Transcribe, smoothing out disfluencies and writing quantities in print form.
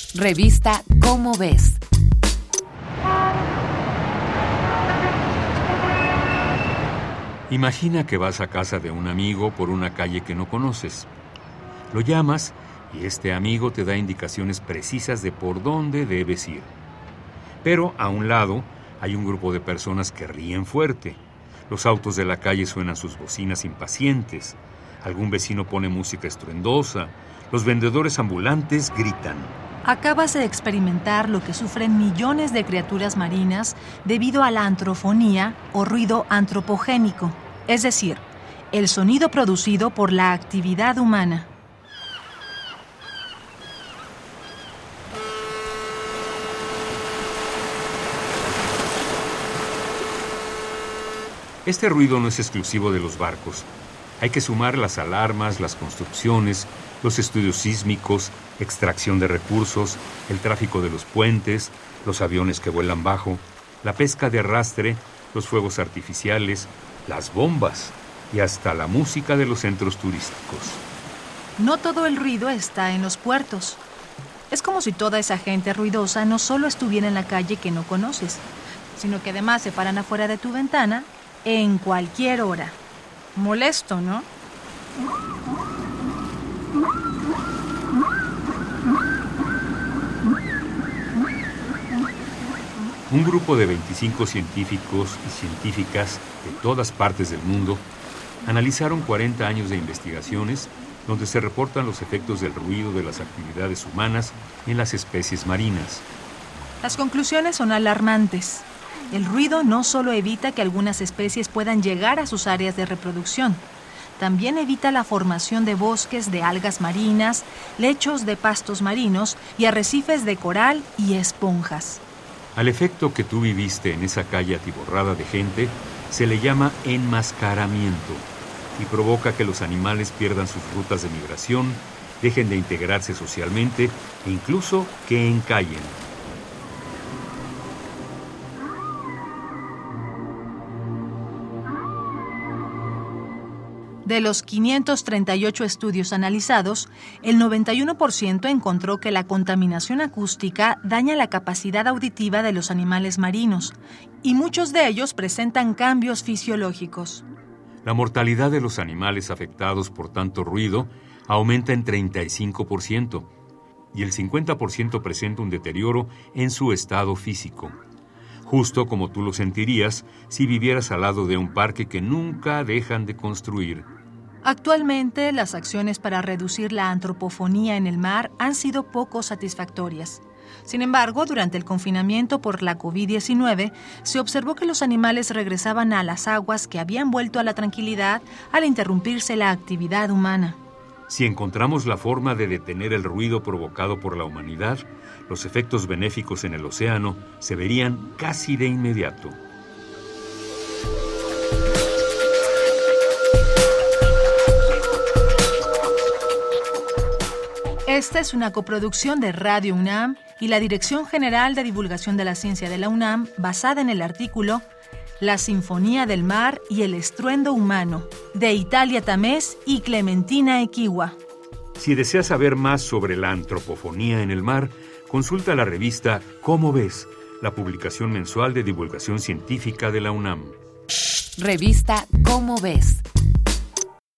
Revista Cómo Ves. Imagina que vas a casa de un amigo por una calle que no conoces. Lo llamas y este amigo te da indicaciones precisas de por dónde debes ir. Pero a un lado hay un grupo de personas que ríen fuerte. Los autos de la calle suenan sus bocinas impacientes. Algún vecino pone música estruendosa. Los vendedores ambulantes gritan. Acabas de experimentar lo que sufren millones de criaturas marinas debido a la antrofonía o ruido antropogénico, es decir, el sonido producido por la actividad humana. Este ruido no es exclusivo de los barcos. Hay que sumar las alarmas, las construcciones, los estudios sísmicos, extracción de recursos, el tráfico de los puentes, los aviones que vuelan bajo, la pesca de arrastre, los fuegos artificiales, las bombas y hasta la música de los centros turísticos. No todo el ruido está en los puertos. Es como si toda esa gente ruidosa no solo estuviera en la calle que no conoces, sino que además se paran afuera de tu ventana en cualquier hora. Molesto, ¿no? Un grupo de 25 científicos y científicas de todas partes del mundo analizaron 40 años de investigaciones donde se reportan los efectos del ruido de las actividades humanas en las especies marinas. Las conclusiones son alarmantes. El ruido no solo evita que algunas especies puedan llegar a sus áreas de reproducción, también evita la formación de bosques de algas marinas, lechos de pastos marinos y arrecifes de coral y esponjas. Al efecto que tú viviste en esa calle atiborrada de gente se le llama enmascaramiento y provoca que los animales pierdan sus rutas de migración, dejen de integrarse socialmente e incluso que encallen. De los 538 estudios analizados, el 91% encontró que la contaminación acústica daña la capacidad auditiva de los animales marinos, y muchos de ellos presentan cambios fisiológicos. La mortalidad de los animales afectados por tanto ruido aumenta en 35%, y el 50% presenta un deterioro en su estado físico. Justo como tú lo sentirías si vivieras al lado de un parque que nunca dejan de construir. Actualmente, las acciones para reducir la antropofonía en el mar han sido poco satisfactorias. Sin embargo, durante el confinamiento por la COVID-19, se observó que los animales regresaban a las aguas que habían vuelto a la tranquilidad al interrumpirse la actividad humana. Si encontramos la forma de detener el ruido provocado por la humanidad, los efectos benéficos en el océano se verían casi de inmediato. Esta es una coproducción de Radio UNAM y la Dirección General de Divulgación de la Ciencia de la UNAM, basada en el artículo La Sinfonía del Mar y el Estruendo Humano, de Italia Tamés y Clementina Equihua. Si deseas saber más sobre la antropofonía en el mar, consulta la revista Cómo Ves, la publicación mensual de divulgación científica de la UNAM. Revista Cómo Ves.